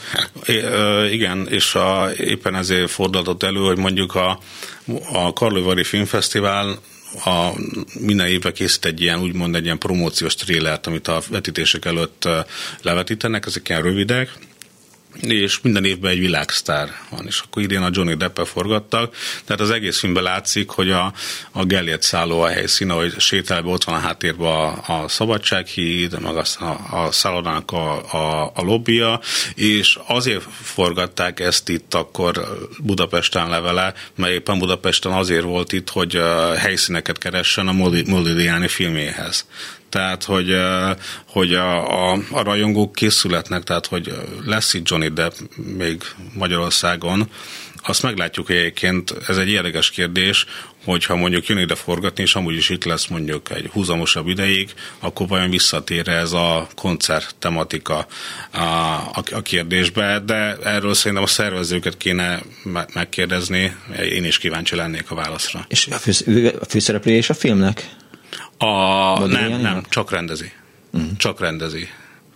Igen, és a, éppen ezért fordulatott elő, hogy mondjuk a, a Karlóvári Filmfesztivál a minden évben készít egy ilyen, úgymond egy ilyen promóciós trélert, amit a vetítések előtt levetítenek, ezek ilyen rövidek, és minden évben egy világsztár van, és akkor idén a Johnny Depp-el forgattak, tehát az egész filmben látszik, hogy a, a Gellért szálló a helyszíne, hogy sétálva ott van a háttérben a, a Szabadsághíd, meg aztán a, a szállodának a, a, a lobbija, és azért forgatták ezt itt akkor Budapesten levele, mert éppen Budapesten azért volt itt, hogy helyszíneket keressen a Modigliani filméhez. Tehát, hogy, hogy a, a, a rajongók készületnek, tehát, hogy lesz itt Johnny Depp még Magyarországon, azt meglátjuk, hogy egyébként ez egy érdekes kérdés, hogyha mondjuk jön ide forgatni, és amúgy is itt lesz mondjuk egy húzamosabb ideig, akkor vajon visszatér ez a koncert tematika a, a, a kérdésbe, de erről szerintem a szervezőket kéne megkérdezni, én is kíváncsi lennék a válaszra. És a, fősz, a főszereplő és a filmnek? A, nem, nem, csak rendezi. Uh-huh. Csak rendezi.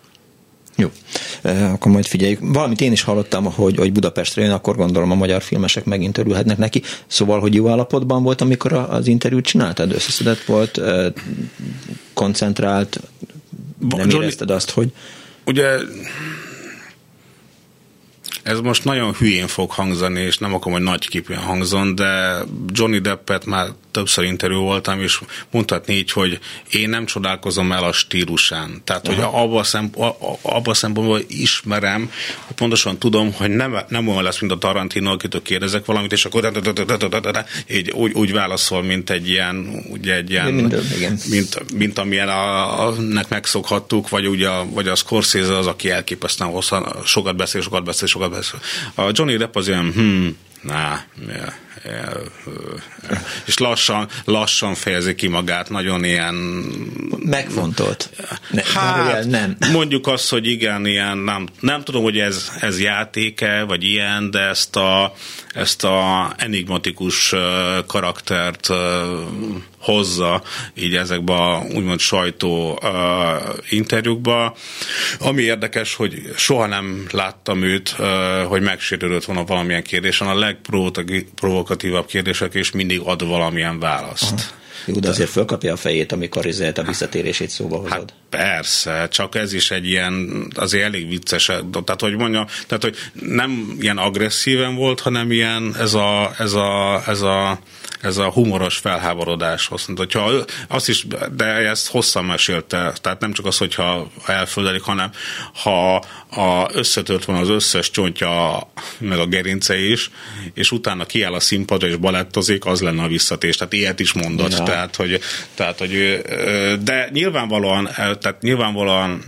Jó, e, akkor majd figyeljük. Valamit én is hallottam, hogy, hogy Budapestre jön, akkor gondolom a magyar filmesek megint örülhetnek neki. Szóval, hogy jó állapotban volt, amikor az interjút csináltad? Összeszedett volt, e, koncentrált, nem Johnny, érezted azt, hogy... Ugye ez most nagyon hülyén fog hangzani, és nem akarom, hogy nagyképűen hangzon, de Johnny Deppet már többször interjú voltam, és mondhatni így, hogy én nem csodálkozom el a stílusán. Tehát, Aha. hogy abban a, szemp- abba a szempontból ismerem, hogy pontosan tudom, hogy nem, nem olyan lesz, mint a Tarantino, akitől kérdezek valamit, és akkor így úgy, úgy válaszol, mint egy ilyen, ugye egy ilyen, mint, mint amilyen a, a, nek megszokhattuk, vagy ugye a, vagy a Scorsese az, aki elképesztően hosszan, sokat beszél, sokat beszél, sokat beszél. A Johnny Depp az ilyen, hmm, na, yeah, yeah, yeah. És lassan, lassan fejezi ki magát, nagyon ilyen... Megfontolt. Ne, hát, nem. Mondjuk azt, hogy igen, ilyen, nem, nem tudom, hogy ez, ez játéke, vagy ilyen, de ezt a, ezt a enigmatikus karaktert hozza így ezekbe a úgymond sajtó uh, interjúkba. Ami érdekes, hogy soha nem láttam őt, uh, hogy megsérülött volna valamilyen kérdésen. A legprovokatívabb kérdések, és mindig ad valamilyen választ. Aha. Jó, de azért fölkapja a fejét, amikor izélt a visszatérését szóba hozod. Hát persze, csak ez is egy ilyen, azért elég vicces, tehát hogy mondjam, tehát hogy nem ilyen agresszíven volt, hanem ilyen ez a, ez a, ez a ez a humoros felháborodáshoz. Hogyha azt is, de ezt hosszan mesélte, tehát nem csak az, hogyha elföldelik, hanem ha a összetört van az összes csontja, meg a gerince is, és utána kiáll a színpadra és balettozik, az lenne a visszatés. Tehát ilyet is mondott. Ja. Tehát, hogy, tehát, hogy, de nyilvánvalóan, tehát nyilvánvalóan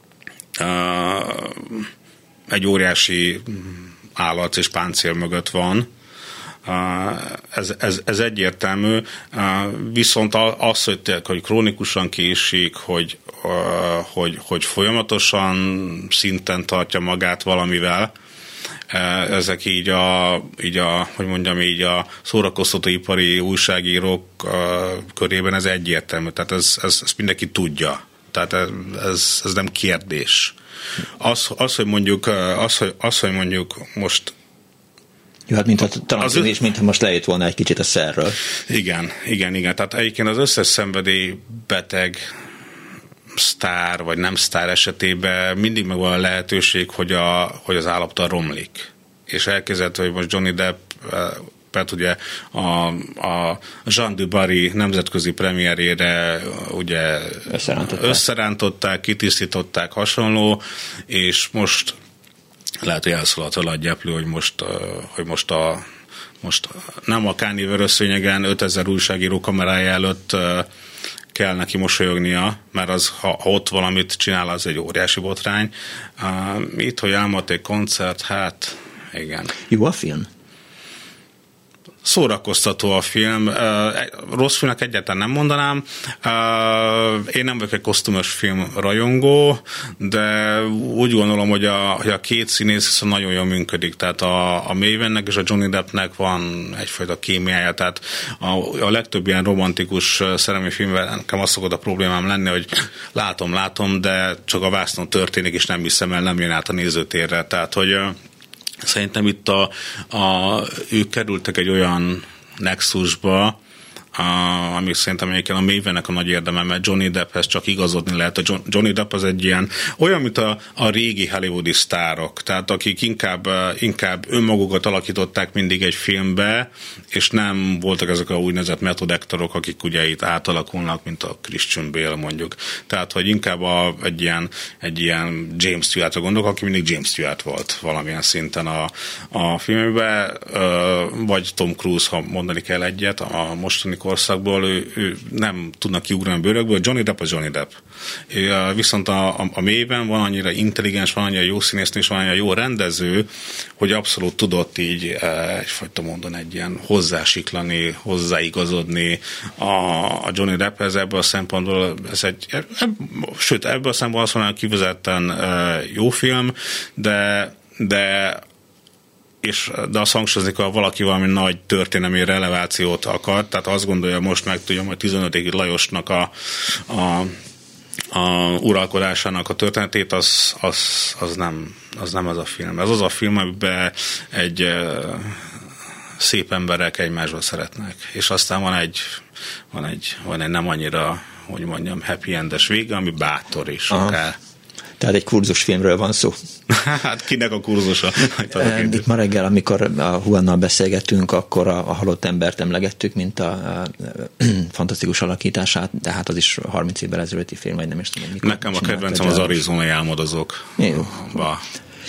egy óriási állat és páncél mögött van. Ez, ez, ez egyértelmű, viszont az, hogy, hogy krónikusan késik, hogy, hogy, hogy folyamatosan szinten tartja magát valamivel, ezek így a, így a, hogy mondjam, így a szórakoztatóipari újságírók körében ez egyértelmű, tehát ez, ez, ez mindenki tudja, tehát ez, ez nem kérdés. Az, az, hogy mondjuk, az, hogy, az, hogy mondjuk most jó, hát mintha Tarantino is, mintha most lejött volna egy kicsit a szerről. Igen, igen, igen. Tehát egyébként az összes szenvedélybeteg sztár, vagy nem sztár esetében mindig megvan a lehetőség, hogy, a, hogy az állapota romlik. És elkezdett, hogy most Johnny Depp, mert ugye a, a Jean du Barry nemzetközi premierére ugye összerántották. összerántották, kitisztították, hasonló, és most lehet, hogy elszaladt a ladjáplő, hogy most, hogy most a most nem a Káni vörösszőnyegen ötezer újságíró kamerája előtt kell neki mosolyognia, mert az, ha ott valamit csinál, az egy óriási botrány. Itt, hogy elmaradt egy koncert, hát igen. Jó a film? Szórakoztató a film. Rossz filmnek egyáltalán nem mondanám. Én nem vagyok egy kosztümös film rajongó, de úgy gondolom, hogy a, hogy a két színész nagyon jól működik. Tehát a, a Mavennek és a Johnny Deppnek van egyfajta kémiája. Tehát a, a legtöbb ilyen romantikus szerelmi filmben nekem az szokott a problémám lenni, hogy látom, látom, de csak a vásznon történik, és nem hiszem el, nem jön át a nézőtérre. Tehát, hogy szerintem itt a, a, ők kerültek egy olyan nexusba, a, ami szerintem egyébként a Mavennek a nagy érdeme, mert Johnny Depphez csak igazodni lehet. A John, Johnny Depp az egy ilyen, olyan, mint a, a régi hollywoodi sztárok, tehát akik inkább, inkább önmagukat alakították mindig egy filmbe, és nem voltak ezek a úgynevezett metodektorok, akik ugye itt átalakulnak, mint a Christian Bale mondjuk. Tehát, hogy inkább a, egy, ilyen, egy ilyen James Stewart-ra gondolok, aki mindig James Stewart volt valamilyen szinten a, a filmben, vagy Tom Cruise, ha mondani kell egyet, a mostani korszakból, ő, ő nem tudnak kiugrani a bőrökből, Johnny Depp az Johnny Depp. Viszont a, a, a mélyben van annyira intelligens, van annyira jó színésznő, és van annyira jó rendező, hogy abszolút tudott így egyfajta módon egy ilyen hozzásiklani, hozzáigazodni a, a Johnny Depphez. Ebből a szempontból ez egy, ebb, sőt, ebből a szempontból azt mondanám, kifejezetten jó film, de, de és, de azt hangsúlyozni, ha valaki valami nagy történelmi relevációt akar, tehát azt gondolja, most megtudjam, hogy tizenöt évig Lajosnak a, a, a uralkodásának a történetét, az, az, az, nem, az nem az a film. Ez az a film, amiben egy e, szép emberek egymásba szeretnek. És aztán van egy, van egy, van egy nem annyira, hogy mondjam, happy endes vége, ami bátor is akár. Tehát egy kurzusfilmről van szó. Hát kinek a kurzusa? Itt ma reggel, amikor a Juannal beszélgettünk, akkor a, a halott embert emlegettük, mint a, a, a fantasztikus alakítását, de hát az is harminc évvel ezelőtti film, vagy nem is tudom, mikor. Nekem a kedvencem az Arizonai álmodozók. Jó. Ba.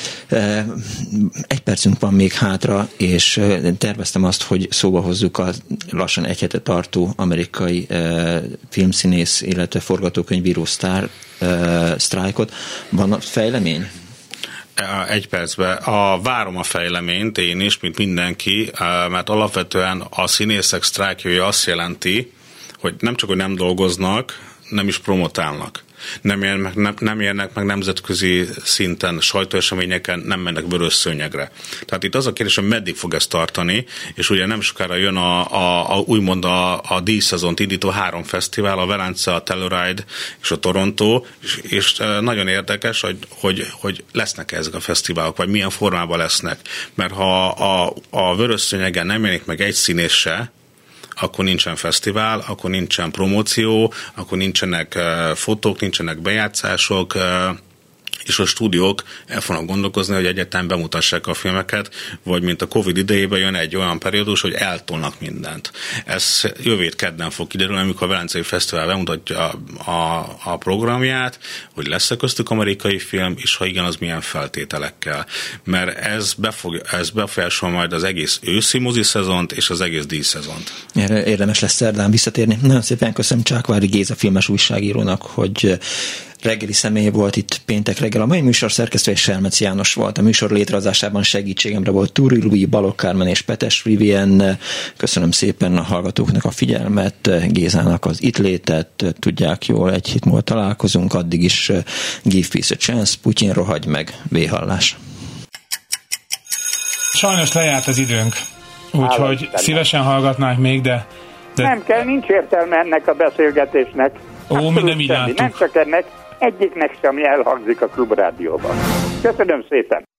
Egy percünk van még hátra, és terveztem azt, hogy szóba hozzuk a lassan egy hete tartó amerikai filmszínész, illetve forgatókönyvíró sztár sztrájkot. Van fejlemény? Egy percben. A, várom a fejleményt, én is, mint mindenki, mert alapvetően a színészek sztrájkja azt jelenti, hogy nem csak, hogy nem dolgoznak, nem is promotálnak. Nem érnek, nem, nem érnek meg nemzetközi szinten, sajtóeseményeken, nem mennek vörös szőnyegre. Tehát itt az a kérdés, hogy meddig fog ezt tartani, és ugye nem sokára jön a, a, a úgymond a, a díjszezont indító három fesztivál, a Velence, a Telluride és a Toronto, és, és nagyon érdekes, hogy, hogy, hogy lesznek ezek a fesztiválok, vagy milyen formában lesznek. Mert ha a, a vörös szőnyegen nem jelenik meg egy színész se, akkor nincsen fesztivál, akkor nincsen promóció, akkor nincsenek uh, fotók, nincsenek bejátszások, uh, és a stúdiók el fognak gondolkozni, hogy egyetem bemutassák a filmeket, vagy mint a Covid idejében jön egy olyan periódus, hogy eltolnak mindent. Ez jövő kedden fog kiderülni, amikor a Velencei Fesztivál bemutatja a, a, a programját, hogy lesz-e köztük amerikai film, és ha igen, az milyen feltételekkel. Mert ez, befog, ez befolyásol majd az egész őszi mozi szezont és az egész díjszezont. Erre érdemes lesz szerdán visszatérni. Nagyon szépen köszönöm Csákvári Géza filmes újságírónak, hogy reggeli személy volt itt péntek reggel. A mai műsor szerkesztője Selmec János volt. A műsor létrehozásában segítségemre volt Túri Lui, Balogh Kármen és Petes Vivien. Köszönöm szépen a hallgatóknak a figyelmet, Gézának az itt létet. Tudják jól, egy hét múlva találkozunk, addig is give peace a chance, Putyin rohagy meg, véhallás. Sajnos lejárt az időnk, úgyhogy szívesen hallgatnánk még, de, de... Nem kell, nincs értelme ennek a beszélgetésnek. Ó, mi nem így Nem csak ennek, egyiknek sem elhangzik a Klubrádióban. Köszönöm szépen!